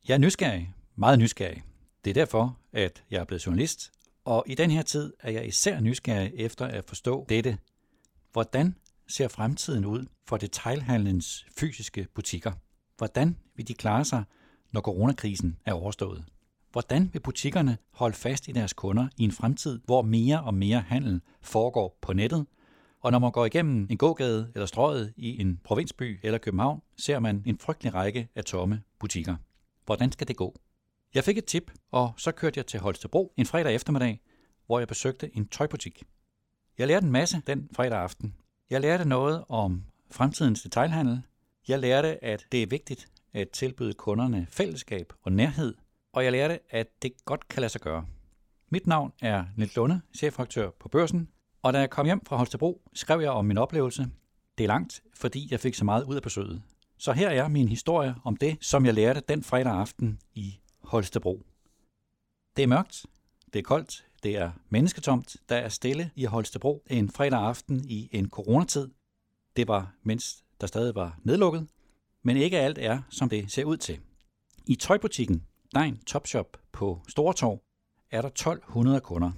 Jeg er nysgerrig, meget nysgerrig. Det er derfor, at jeg er blevet journalist, og i den her tid er jeg især nysgerrig efter at forstå dette. Hvordan ser fremtiden ud for detailhandelens fysiske butikker? Hvordan vil de klare sig, når coronakrisen er overstået? Hvordan vil butikkerne holde fast i deres kunder i en fremtid, hvor mere og mere handel foregår på nettet? Og når man går igennem en gågade eller strøget i en provinsby eller København, ser man en frygtelig række af tomme butikker. Hvordan skal det gå? Jeg fik et tip, og så kørte jeg til Holstebro en fredag eftermiddag, hvor jeg besøgte en tøjbutik. Jeg lærte en masse den fredag aften. Jeg lærte noget om fremtidens detailhandel. Jeg lærte, at det er vigtigt at tilbyde kunderne fællesskab og nærhed. Og jeg lærte, at det godt kan lade sig gøre. Mit navn er Niels Lunde, chefredaktør på Børsen. Og da jeg kom hjem fra Holstebro, skrev jeg om min oplevelse. Det er langt, fordi jeg fik så meget ud af besøget. Så her er min historie om det, som jeg lærte den fredag aften i Holstebro. Det er mørkt, det er koldt, det er mennesketomt, der er stille i Holstebro en fredag aften i en coronatid. Det var, mens der stadig var nedlukket, men ikke alt er, som det ser ud til. I tøjbutikken Dein Topshop på Stortorv er der 1200 kunder.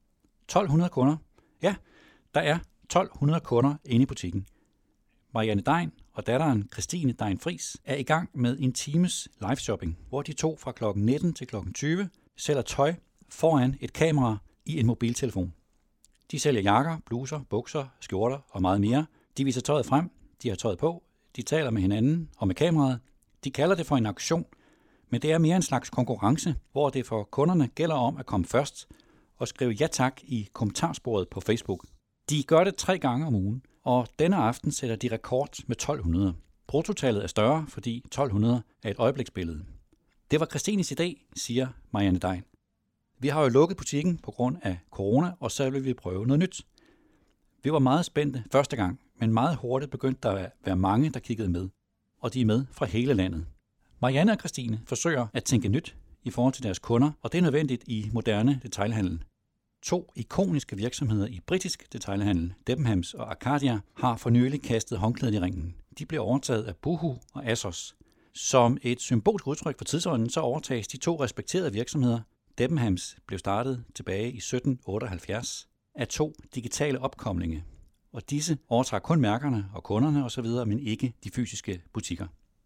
1200 kunder? Ja, der er 1200 kunder inde i butikken. Marianne Dein og datteren Christine Dein Friis er i gang med en times liveshopping, hvor de to fra kl. 19 til kl. 20 sælger tøj foran et kamera i en mobiltelefon. De sælger jakker, bluser, bukser, skjorter og meget mere. De viser tøjet frem, de har tøjet på, de taler med hinanden og med kameraet. De kalder det for en auktion, men det er mere en slags konkurrence, hvor det for kunderne gælder om at komme først og skrive ja tak i kommentarsporet på Facebook. De gør det 3 gange om ugen, og denne aften sætter de rekord med 1200. Bruttotallet er større, fordi 1200 er et øjebliksbillede. Det var Christines idé, siger Marianne Dein. Vi har jo lukket butikken på grund af corona, og så vil vi prøve noget nyt. Vi var meget spændte første gang, men meget hurtigt begyndte der at være mange, der kiggede med. Og de er med fra hele landet. Marianne og Christine forsøger at tænke nyt i forhold til deres kunder, og det er nødvendigt i moderne detailhandel. 2 ikoniske virksomheder i britisk detailhandel, Debenhams og Arcadia, har for nylig kastet håndklædet i ringen. De blev overtaget af Boohoo og ASOS. Som et symbolsk udtryk for tidsånden, så overtages de 2 respekterede virksomheder. Debenhams blev startet tilbage i 1778 af 2 digitale opkomlinge, og disse overtager kun mærkerne og kunderne osv., men ikke de fysiske butikker.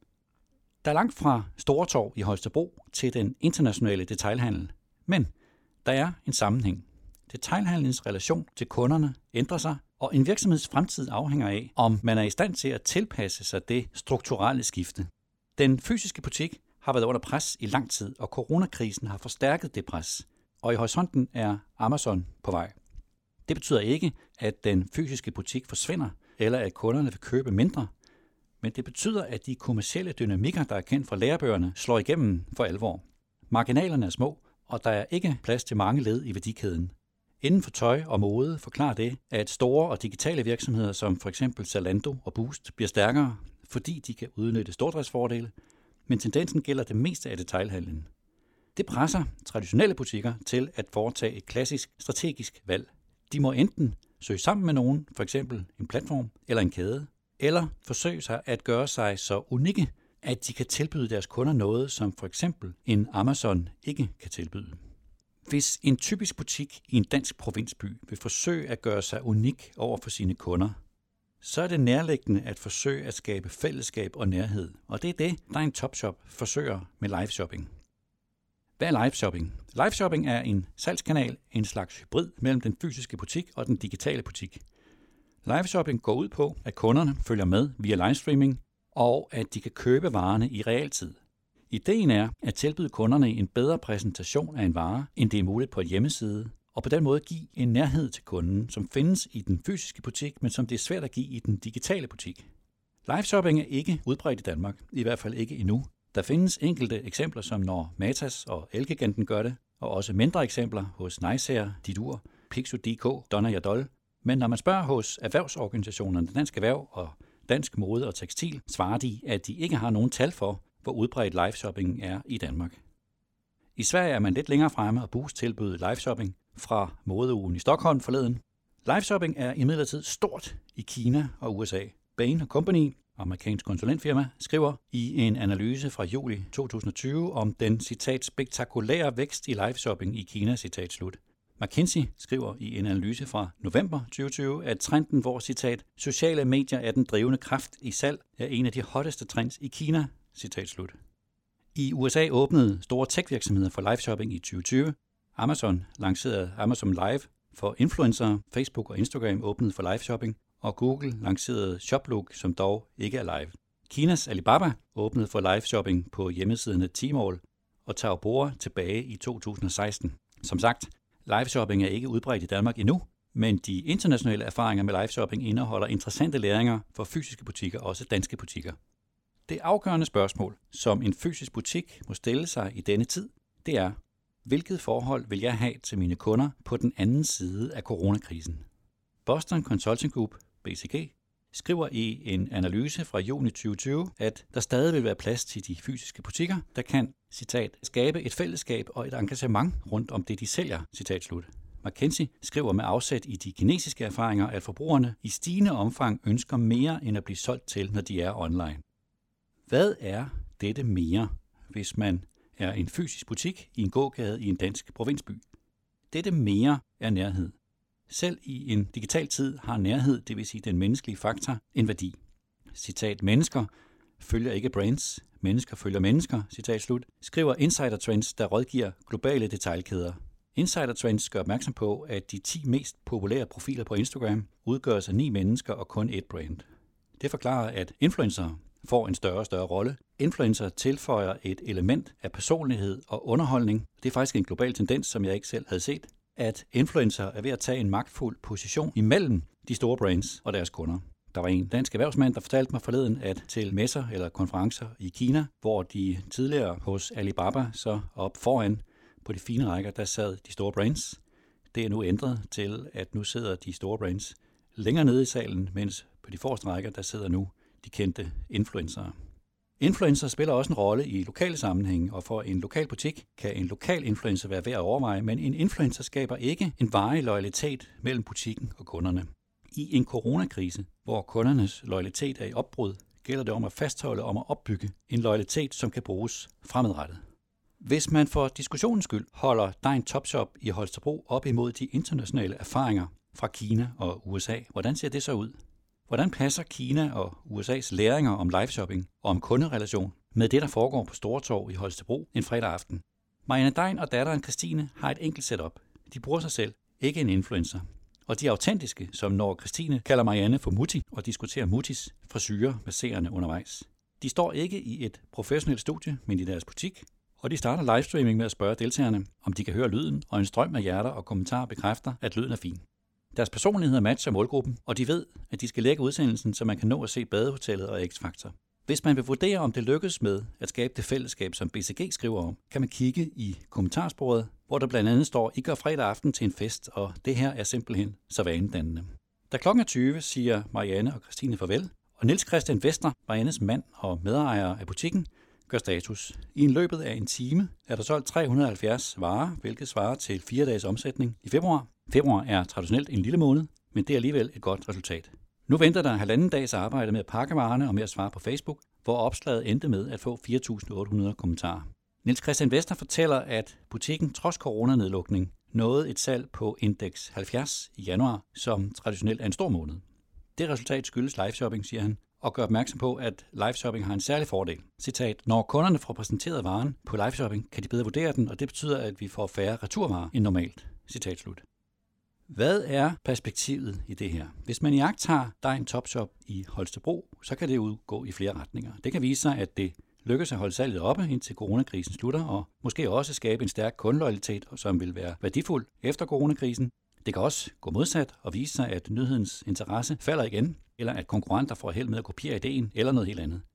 Der er langt fra Stortorv i Holstebro til den internationale detailhandel, men der er en sammenhæng. Detailhandelens relation til kunderne ændrer sig, og en virksomheds fremtid afhænger af, om man er i stand til at tilpasse sig det strukturelle skifte. Den fysiske butik har været under pres i lang tid, og coronakrisen har forstærket det pres, og i horisonten er Amazon på vej. Det betyder ikke, at den fysiske butik forsvinder, eller at kunderne vil købe mindre, men det betyder, at de kommercielle dynamikker, der er kendt fra lærebøgerne, slår igennem for alvor. Marginalerne er små, og der er ikke plads til mange led i værdikæden. Inden for tøj og mode forklarer det, at store og digitale virksomheder som f.eks. Zalando og Boozt bliver stærkere, fordi de kan udnytte stordriftsfordele, men tendensen gælder det meste af detailhandlen. Det presser traditionelle butikker til at foretage et klassisk strategisk valg. De må enten søge sammen med nogen, f.eks. en platform eller en kæde, eller forsøge sig at gøre sig så unikke, at de kan tilbyde deres kunder noget, som for eksempel en Amazon ikke kan tilbyde. Hvis en typisk butik i en dansk provinsby vil forsøge at gøre sig unik over for sine kunder, så er det nærliggende at forsøge at skabe fællesskab og nærhed, og det er det, Dein Topshop forsøger med liveshopping. Hvad er liveshopping? Liveshopping er en salgskanal, en slags hybrid mellem den fysiske butik og den digitale butik. Liveshopping går ud på, at kunderne følger med via livestreaming, og at de kan købe varerne i realtid. Ideen er at tilbyde kunderne en bedre præsentation af en vare, end det er muligt på en hjemmeside, og på den måde give en nærhed til kunden, som findes i den fysiske butik, men som det er svært at give i den digitale butik. Liveshopping er ikke udbredt i Danmark, i hvert fald ikke endnu. Der findes enkelte eksempler, som når Matas og Elgiganten gør det, og også mindre eksempler hos Nicehair, Didur, Pixo.dk, Donna Jadol. Men når man spørger hos erhvervsorganisationerne Dansk Erhverv og Dansk Mode og Tekstil, svarer de, at de ikke har nogen tal for, hvor udbredt liveshopping er i Danmark. I Sverige er man lidt længere fremme og Boozt tilbyder liveshopping fra modeugen i Stockholm forleden. Liveshopping er imidlertid stort i Kina og USA. Bain & Company amerikansk konsulentfirma, skriver i en analyse fra juli 2020 om den, citat, spektakulære vækst i liveshopping i Kina, citat slut. McKinsey skriver i en analyse fra november 2020, at trenden, hvor, citat, sociale medier er den drivende kraft i salg, er en af de hotteste trends i Kina, citat slut. I USA åbnede store tech-virksomheder for liveshopping i 2020. Amazon lancerede Amazon Live for influencere, Facebook og Instagram åbnede for liveshopping, og Google lancerede Shoplook, som dog ikke er live. Kinas Alibaba åbnede for liveshopping på hjemmesiderne Tmall og Taobao tilbage i 2016. Som sagt, liveshopping er ikke udbredt i Danmark endnu, men de internationale erfaringer med liveshopping indeholder interessante læringer for fysiske butikker, også danske butikker. Det afgørende spørgsmål, som en fysisk butik må stille sig i denne tid, det er, hvilket forhold vil jeg have til mine kunder på den anden side af coronakrisen? Boston Consulting Group, BCG, skriver i en analyse fra juni 2020, at der stadig vil være plads til de fysiske butikker, der kan, citat, skabe et fællesskab og et engagement rundt om det, de sælger, citat slut. McKinsey skriver med afsæt i de kinesiske erfaringer, at forbrugerne i stigende omfang ønsker mere end at blive solgt til, når de er online. Hvad er dette mere, hvis man er en fysisk butik i en gågade i en dansk provinsby? Dette mere er nærhed. Selv i en digital tid har nærhed, det vil sige den menneskelige faktor, en værdi. Citat, mennesker følger ikke brands, mennesker følger mennesker, citat slut, skriver Insider Trends, der rådgiver globale detailkæder. Insider Trends gør opmærksom på, at de 10 mest populære profiler på Instagram udgøres af 9 mennesker og kun ét brand. Det forklarer, at influencer får en større og større rolle. Influencer tilføjer et element af personlighed og underholdning. Det er faktisk en global tendens, som jeg ikke selv havde set, at influencer er ved at tage en magtfuld position imellem de store brands og deres kunder. Der var en dansk erhvervsmand, der fortalte mig forleden, at til messer eller konferencer i Kina, hvor de tidligere hos Alibaba så op foran på de fine rækker, der sad de store brands. Det er nu ændret til, at nu sidder de store brands længere nede i salen, mens på de forreste rækker, der sidder nu de kendte influencer. Influencer spiller også en rolle i lokale sammenhænge, og for en lokal butik kan en lokal influencer være værd at overveje, men en influencer skaber ikke en varig loyalitet mellem butikken og kunderne. I en coronakrise, hvor kundernes loyalitet er i opbrud, gælder det om at fastholde om at opbygge en loyalitet, som kan bruges fremadrettet. Hvis man for diskussionens skyld holder Dine Topshop i Holstebro op imod de internationale erfaringer fra Kina og USA, hvordan ser det så ud? Hvordan passer Kina og USA's læringer om liveshopping og om kunderelation med det, der foregår på Stortorv i Holstebro en fredag aften? Marianne Dein og datteren Christine har et enkelt setup. De bruger sig selv, ikke en influencer. Og de er autentiske, som når Christine kalder Marianne for Mutti og diskuterer Muttis frisyrer med seerne undervejs. De står ikke i et professionelt studie, men i deres butik, og de starter livestreaming med at spørge deltagerne, om de kan høre lyden, og en strøm af hjerter og kommentarer bekræfter, at lyden er fin. Deres personligheder matcher målgruppen, og de ved, at de skal lægge udsendelsen, så man kan nå at se Badehotellet og X-Factor. Hvis man vil vurdere, om det lykkes med at skabe det fællesskab, som BCG skriver om, kan man kigge i kommentarsporet, hvor der blandt andet står, I går fredag aften til en fest, og det her er simpelthen så vanedannende. Da klokken er 20, siger Marianne og Christine farvel, og Niels Christian Vester, Mariannes mand og medejer af butikken, gør status. I en løbet af en time er der solgt 370 varer, hvilket svarer til 4 dages omsætning i februar. Februar er traditionelt en lille måned, men det er alligevel et godt resultat. Nu venter der 1,5 dages arbejde med at pakke varerne og med at svare på Facebook, hvor opslaget endte med at få 4.800 kommentarer. Niels Christian Vester fortæller, at butikken trods coronanedlukning nåede et salg på indeks 70 i januar, som traditionelt er en stor måned. Det resultat skyldes liveshopping, siger han, og gør opmærksom på, at liveshopping har en særlig fordel. Citat, når kunderne får præsenteret varen på liveshopping, kan de bedre vurdere den, og det betyder, at vi får færre returvarer end normalt. Citat slut. Hvad er perspektivet i det her? Hvis man iagttager Dine Topshop i Holstebro, så kan det udgå i flere retninger. Det kan vise sig, at det lykkes at holde salget oppe, indtil coronakrisen slutter, og måske også skabe en stærk kundeloyalitet, som vil være værdifuld efter coronakrisen. Det kan også gå modsat og vise sig, at nyhedens interesse falder igen, eller at konkurrenter får held med at kopiere ideen eller noget helt andet.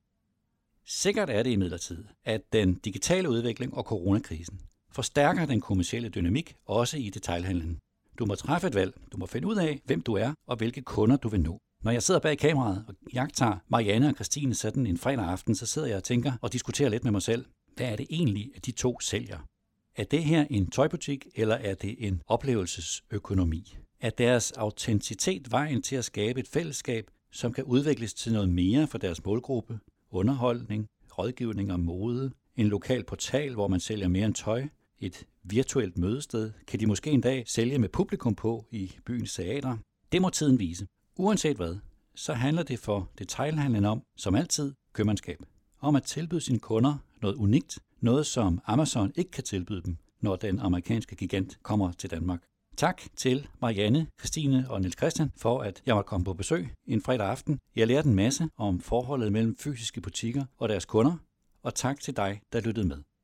Sikkert er det imidlertid, at den digitale udvikling og coronakrisen forstærker den kommercielle dynamik også i detailhandlen. Du må træffe et valg. Du må finde ud af, hvem du er og hvilke kunder du vil nå. Når jeg sidder bag kameraet og jagter Marianne og Christine sådan en fredag aften, så sidder jeg og tænker og diskuterer lidt med mig selv. Hvad er det egentlig, at de to sælger? Er det her en tøjbutik, eller er det en oplevelsesøkonomi? Er deres autenticitet vejen til at skabe et fællesskab, som kan udvikles til noget mere for deres målgruppe, underholdning, rådgivning om mode, en lokal portal, hvor man sælger mere end tøj, et virtuelt mødested, kan de måske en dag sælge med publikum på i byens teater. Det må tiden vise. Uanset hvad, så handler det for detailhandlen om, som altid, købmandskab. Om at tilbyde sine kunder noget unikt, noget som Amazon ikke kan tilbyde dem, når den amerikanske gigant kommer til Danmark. Tak til Marianne, Christine og Niels Christian for, at jeg måtte komme på besøg en fredag aften. Jeg lærte en masse om forholdet mellem fysiske butikker og deres kunder, og tak til dig, der lyttede med.